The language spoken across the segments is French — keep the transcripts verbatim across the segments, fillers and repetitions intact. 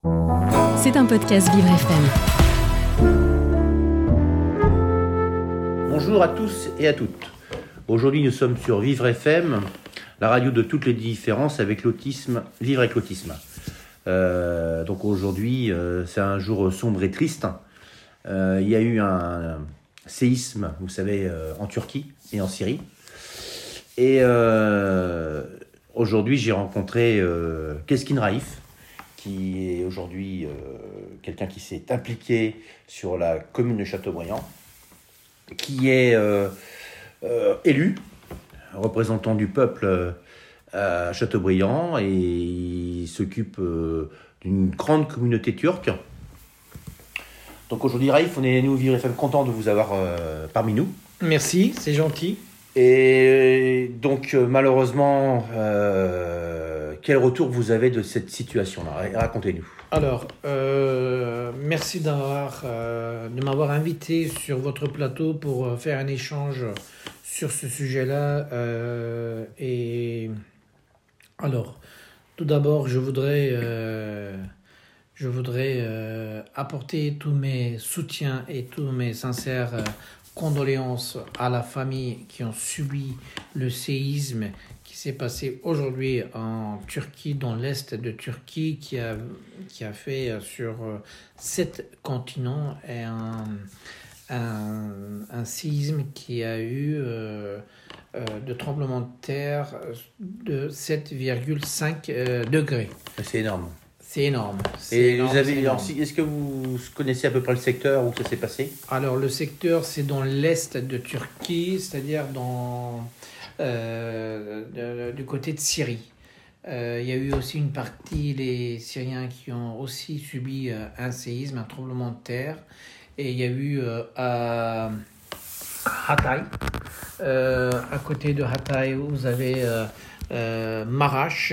C'est un podcast Vivre F M. Bonjour à tous et à toutes. Aujourd'hui, nous sommes sur Vivre F M, la radio de toutes les différences avec l'autisme, vivre avec l'autisme. Euh, donc aujourd'hui, euh, c'est un jour sombre et triste. Euh, il y a eu un, un séisme, vous savez, euh, en Turquie et en Syrie. Et euh, aujourd'hui, j'ai rencontré euh, Keskin Raif, qui est aujourd'hui euh, quelqu'un qui s'est impliqué sur la commune de Châteaubriand, qui est euh, euh, élu, représentant du peuple euh, à Châteaubriand, et il s'occupe euh, d'une grande communauté turque. Donc aujourd'hui, Raif, on est nous, Vivre F M, content de vous avoir euh, parmi nous. Merci, c'est gentil. Et donc, euh, malheureusement, euh, quel retour vous avez de cette situation-là ? Racontez-nous. Alors, euh, merci d'avoir, euh, de m'avoir invité sur votre plateau pour faire un échange sur ce sujet-là. Euh, et alors, tout d'abord, je voudrais, euh, je voudrais euh, apporter tous mes soutiens et tous mes sincères euh, condoléances à la famille qui ont subi le séisme qui s'est passé aujourd'hui en Turquie, dans l'est de Turquie, qui a, qui a fait sur sept continents et un, un, un séisme qui a eu euh, euh, de tremblement de terre de sept virgule cinq euh, degrés. C'est énorme. C'est énorme. C'est Et énorme, vous avez, c'est énorme. alors, est-ce que vous connaissez à peu près le secteur où ça s'est passé ? Alors, le secteur, c'est dans l'est de Turquie, c'est-à-dire dans, euh, de, du côté de Syrie. Euh, il y a eu aussi une partie, les Syriens qui ont aussi subi euh, un séisme, un tremblement de terre. Et il y a eu euh, à Hatay, euh, à côté de Hatay, vous avez euh, euh, Maraş.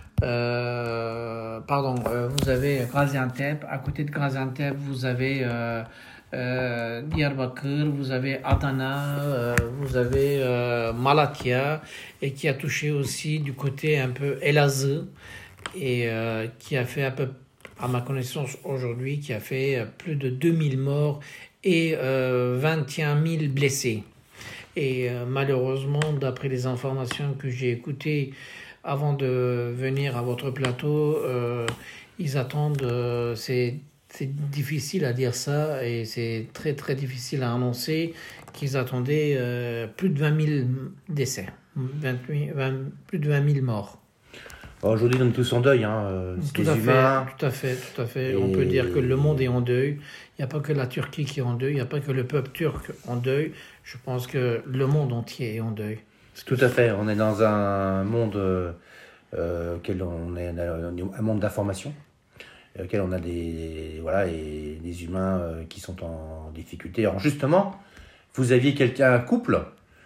Euh, pardon, euh, vous avez Gaziantep. À côté de Gaziantep, vous avez euh, euh, Diyarbakır, vous avez Adana, euh, vous avez euh, Malatya, et qui a touché aussi du côté un peu Elazığ, et euh, qui a fait, à, peu, à ma connaissance aujourd'hui, qui a fait plus de deux mille morts et euh, vingt et un mille blessés. Et euh, malheureusement, d'après les informations que j'ai écoutées, avant de venir à votre plateau, euh, ils attendent, euh, c'est, c'est difficile à dire ça et c'est très très difficile à annoncer, qu'ils attendaient euh, plus de vingt mille décès, vingt-huit, vingt, plus de vingt mille morts. Alors, aujourd'hui, on est tous en deuil, hein. C'est Tout des à humains. fait, tout à fait, tout à fait. Et... On peut dire que le monde est en deuil. Il n'y a pas que la Turquie qui est en deuil, il n'y a pas que le peuple turc en deuil. Je pense que le monde entier est en deuil. Tout à fait. On est dans un monde euh, euh, auquel on est un monde d'information, auquel on a des voilà et des humains euh, qui sont en difficulté. Alors justement, vous aviez quelqu'un, un couple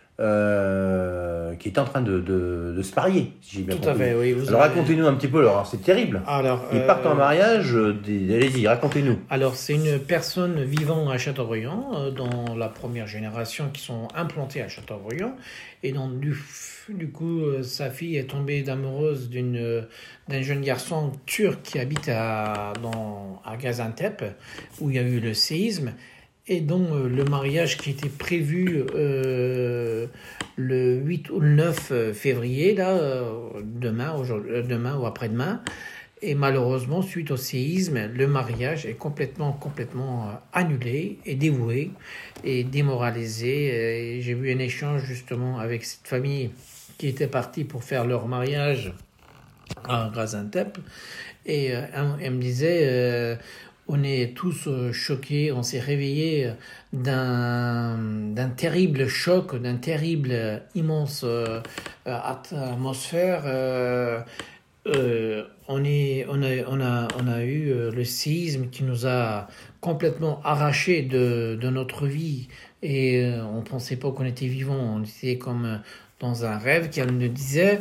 euh, qui est en train de, de, de se marier, si j'ai bien Tout à compris. fait, oui. Vous Alors avez... racontez-nous un petit peu. Alors c'est terrible. Alors, Ils euh... partent en mariage. euh, Des... Allez-y, racontez-nous. Alors, c'est une personne vivant à Châteaubriand, euh, dans la première génération qui sont implantées à Châteaubriand. Et donc, du, du coup, euh, sa fille est tombée amoureuse d'une, euh, d'un jeune garçon turc qui habite à, dans, à Gaziantep, où il y a eu le séisme. Et donc, euh, le mariage qui était prévu euh, le huit ou le neuf février, là, euh, demain, aujourd'hui, euh, demain ou après-demain. Et malheureusement, suite au séisme, le mariage est complètement, complètement euh, annulé et dévoué et démoralisé. Et j'ai eu un échange justement avec cette famille qui était partie pour faire leur mariage à Gaziantep. Et euh, elle me disait... Euh, on est tous choqués, on s'est réveillés d'un, d'un terrible choc, d'un terrible, immense euh, atmosphère. Euh, euh, on, est, on, a, on, a, on a eu le séisme qui nous a complètement arrachés de, de notre vie et on ne pensait pas qu'on était vivant, on était comme dans un rêve, qu'elle nous disait,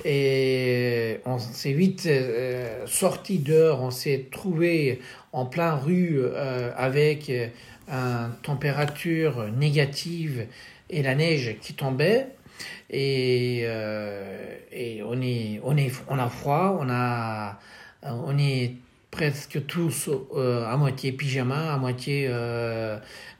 et on s'est vite euh, sorti dehors, on s'est trouvé en plein rue euh, avec une température négative et la neige qui tombait, et, euh, et on, est, on, est, on a froid, on, a, on est presque tous euh, à moitié pyjama, à moitié euh,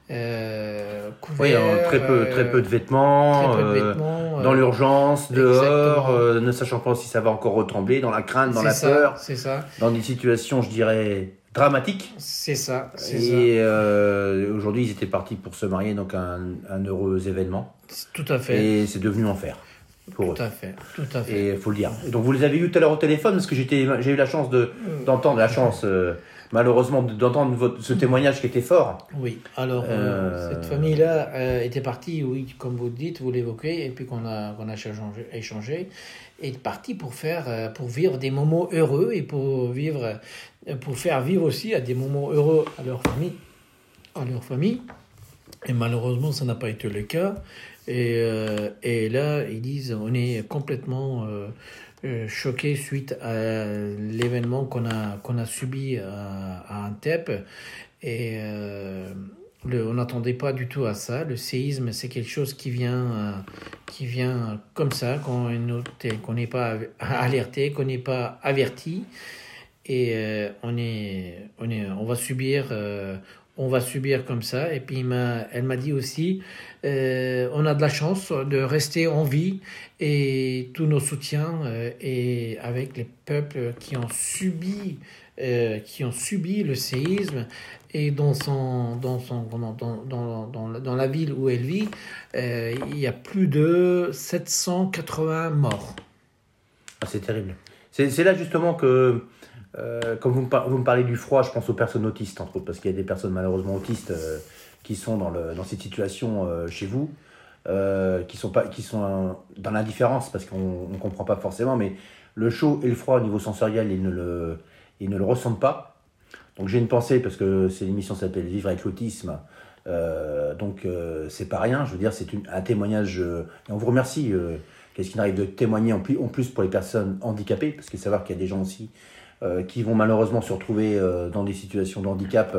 euh, couverts. Oui, alors, très peu, très peu de vêtements, très peu de euh, vêtements dans euh, l'urgence, dehors, exactement. euh, ne sachant pas si ça va encore retrembler, dans la crainte, dans C'est la ça, peur, c'est ça, dans des situations, je dirais, dramatiques. c'est ça, c'est ça. Et euh, aujourd'hui, ils étaient partis pour se marier, donc un, un heureux événement. Tout à fait. Et c'est devenu enfer pour eux. Tout à fait, tout à fait. Et il faut le dire. Et donc vous les avez eu tout à l'heure au téléphone, parce que j'étais, j'ai eu la chance de, d'entendre, la chance euh, malheureusement d'entendre votre, ce témoignage qui était fort. Oui, alors euh, Euh, cette famille-là euh, était partie, oui, comme vous le dites, vous l'évoquez, et puis qu'on a, qu'on a échangé, échangé, est partie pour faire, euh, pour vivre des moments heureux et pour vivre, euh, pour faire vivre aussi à des moments heureux à leur famille, à leur famille. Et malheureusement, ça n'a pas été le cas. Et, euh, et là, ils disent, on est complètement euh, euh, choqués suite à l'événement qu'on a, qu'on a subi à, à Antep. Et euh, le, on n'attendait pas du tout à ça. Le séisme, c'est quelque chose qui vient, euh, qui vient comme ça, qu'on qu'on n'est pas alerté, qu'on n'est pas averti. Et euh, on, est, on, est, on va subir... Euh, on va subir comme ça. Et puis il m'a, elle m'a dit aussi, euh, on a de la chance de rester en vie et tous nos soutiens euh, et avec les peuples qui ont subi, euh, qui ont subi le séisme et dans son, dans son, dans, dans, dans, dans, dans la ville où elle vit, euh, il y a plus de sept cent quatre-vingts morts. Ah, c'est terrible. C'est, c'est là justement que Euh, comme vous me, par- vous me parlez du froid, je pense aux personnes autistes, entre autres, parce qu'il y a des personnes malheureusement autistes euh, qui sont dans, le, dans cette situation euh, chez vous, euh, qui sont, pas, qui sont euh, dans l'indifférence, parce qu'on ne comprend pas forcément, mais le chaud et le froid au niveau sensoriel, ils ne le, ils ne le ressentent pas. Donc j'ai une pensée, parce que c'est l'émission s'appelle Vivre avec l'autisme, euh, donc euh, c'est pas rien, je veux dire, c'est une, un témoignage, euh, et on vous remercie, euh, qu'est-ce qu'il arrive de témoigner en plus, en plus pour les personnes handicapées, parce qu'il faut savoir qu'il y a des gens aussi Euh, qui vont malheureusement se retrouver euh, dans des situations de handicap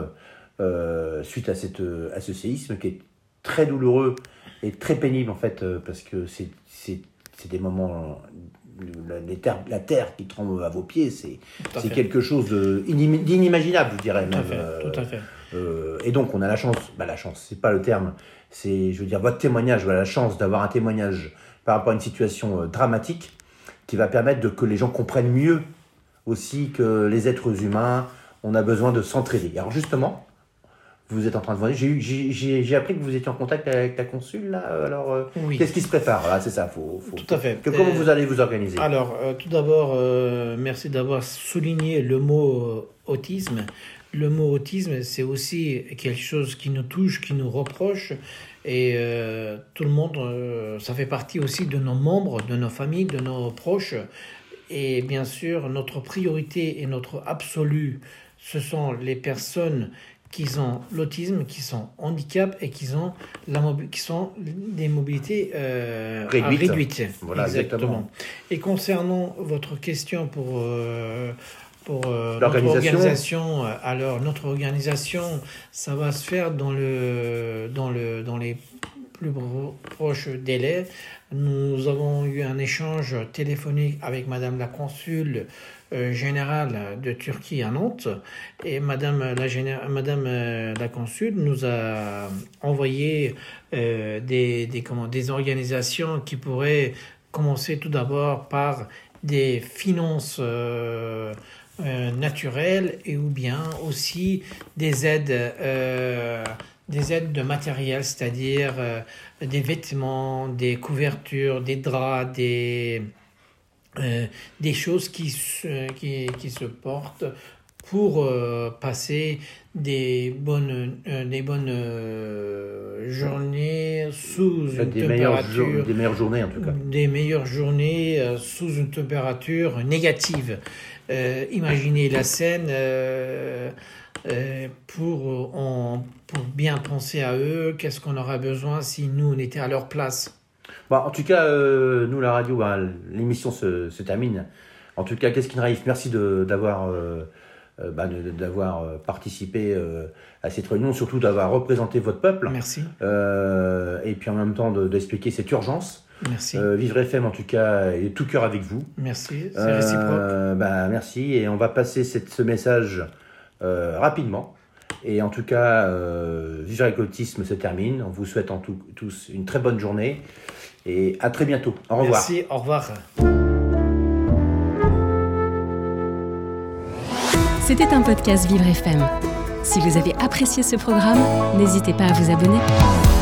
euh, suite à, cette, à ce séisme qui est très douloureux et très pénible en fait euh, parce que c'est, c'est, c'est des moments la, les terres, la terre qui tremble à vos pieds, c'est, c'est quelque chose de, d'inimaginable, je dirais tout même. À fait, euh, tout à fait. Euh, et donc on a la chance, bah la chance, c'est pas le terme, c'est, je veux dire, votre témoignage, voilà, la chance d'avoir un témoignage par rapport à une situation euh, dramatique qui va permettre de, que les gens comprennent mieux aussi que les êtres humains, on a besoin de s'entraider. Alors justement, vous êtes en train de voir, j'ai, eu, j'ai, j'ai, j'ai appris que vous étiez en contact avec ta consul, là, alors euh, oui. Qu'est-ce qui se prépare là, c'est ça, faut, faut, tout à fait. Que, comment euh, vous allez vous organiser? Alors, euh, tout d'abord, euh, merci d'avoir souligné le mot euh, autisme. Le mot autisme, c'est aussi quelque chose qui nous touche, qui nous reproche, et euh, tout le monde, euh, ça fait partie aussi de nos membres, de nos familles, de nos proches. Et bien sûr, notre priorité et notre absolu, ce sont les personnes qui ont l'autisme, qui sont handicap et qui ont la mobi- qui sont des mobilités euh, réduites. réduites. Voilà, exactement. exactement. Et concernant votre question pour euh, pour euh, l'organisation. Notre organisation, alors notre organisation, ça va se faire dans le dans le dans les plus proches délais. Nous avons eu un échange téléphonique avec Madame la consul euh, générale de Turquie à Nantes et Madame la, géné- Madame, euh, la consul nous a envoyé euh, des, des, comment, des organisations qui pourraient commencer tout d'abord par des finances euh, euh, naturelles et ou bien aussi des aides euh, des aides de matériel, c'est-à-dire euh, des vêtements, des couvertures, des draps, des, euh, des choses qui se, qui, qui se portent pour euh, passer des bonnes, euh, des bonnes euh, journées sous une des température... Meilleures, des meilleures journées en tout cas. Des meilleures journées euh, sous une température négative. Euh, imaginez la scène... Euh, Euh, pour, on, pour bien penser à eux, qu'est-ce qu'on aurait besoin si nous, on était à leur place. Bon, en tout cas, euh, nous, la radio, bah, l'émission se, se termine. En tout cas, qu'est-ce qu'il arrive? Merci de, d'avoir, euh, euh, bah, de, d'avoir participé euh, à cette réunion, surtout d'avoir représenté votre peuple. Merci. Euh, et puis en même temps de, d'expliquer cette urgence. Merci. Euh, Vivre F M, en tout cas, est de tout cœur avec vous. Merci, c'est euh, réciproque. Bah, merci, et on va passer cette, ce message euh, rapidement. Et en tout cas, euh, Vivre avec l'autisme se termine. On vous souhaite en tout, tous une très bonne journée. Et à très bientôt. Au revoir. Merci, au revoir. C'était un podcast Vivre F M. Si vous avez apprécié ce programme, n'hésitez pas à vous abonner.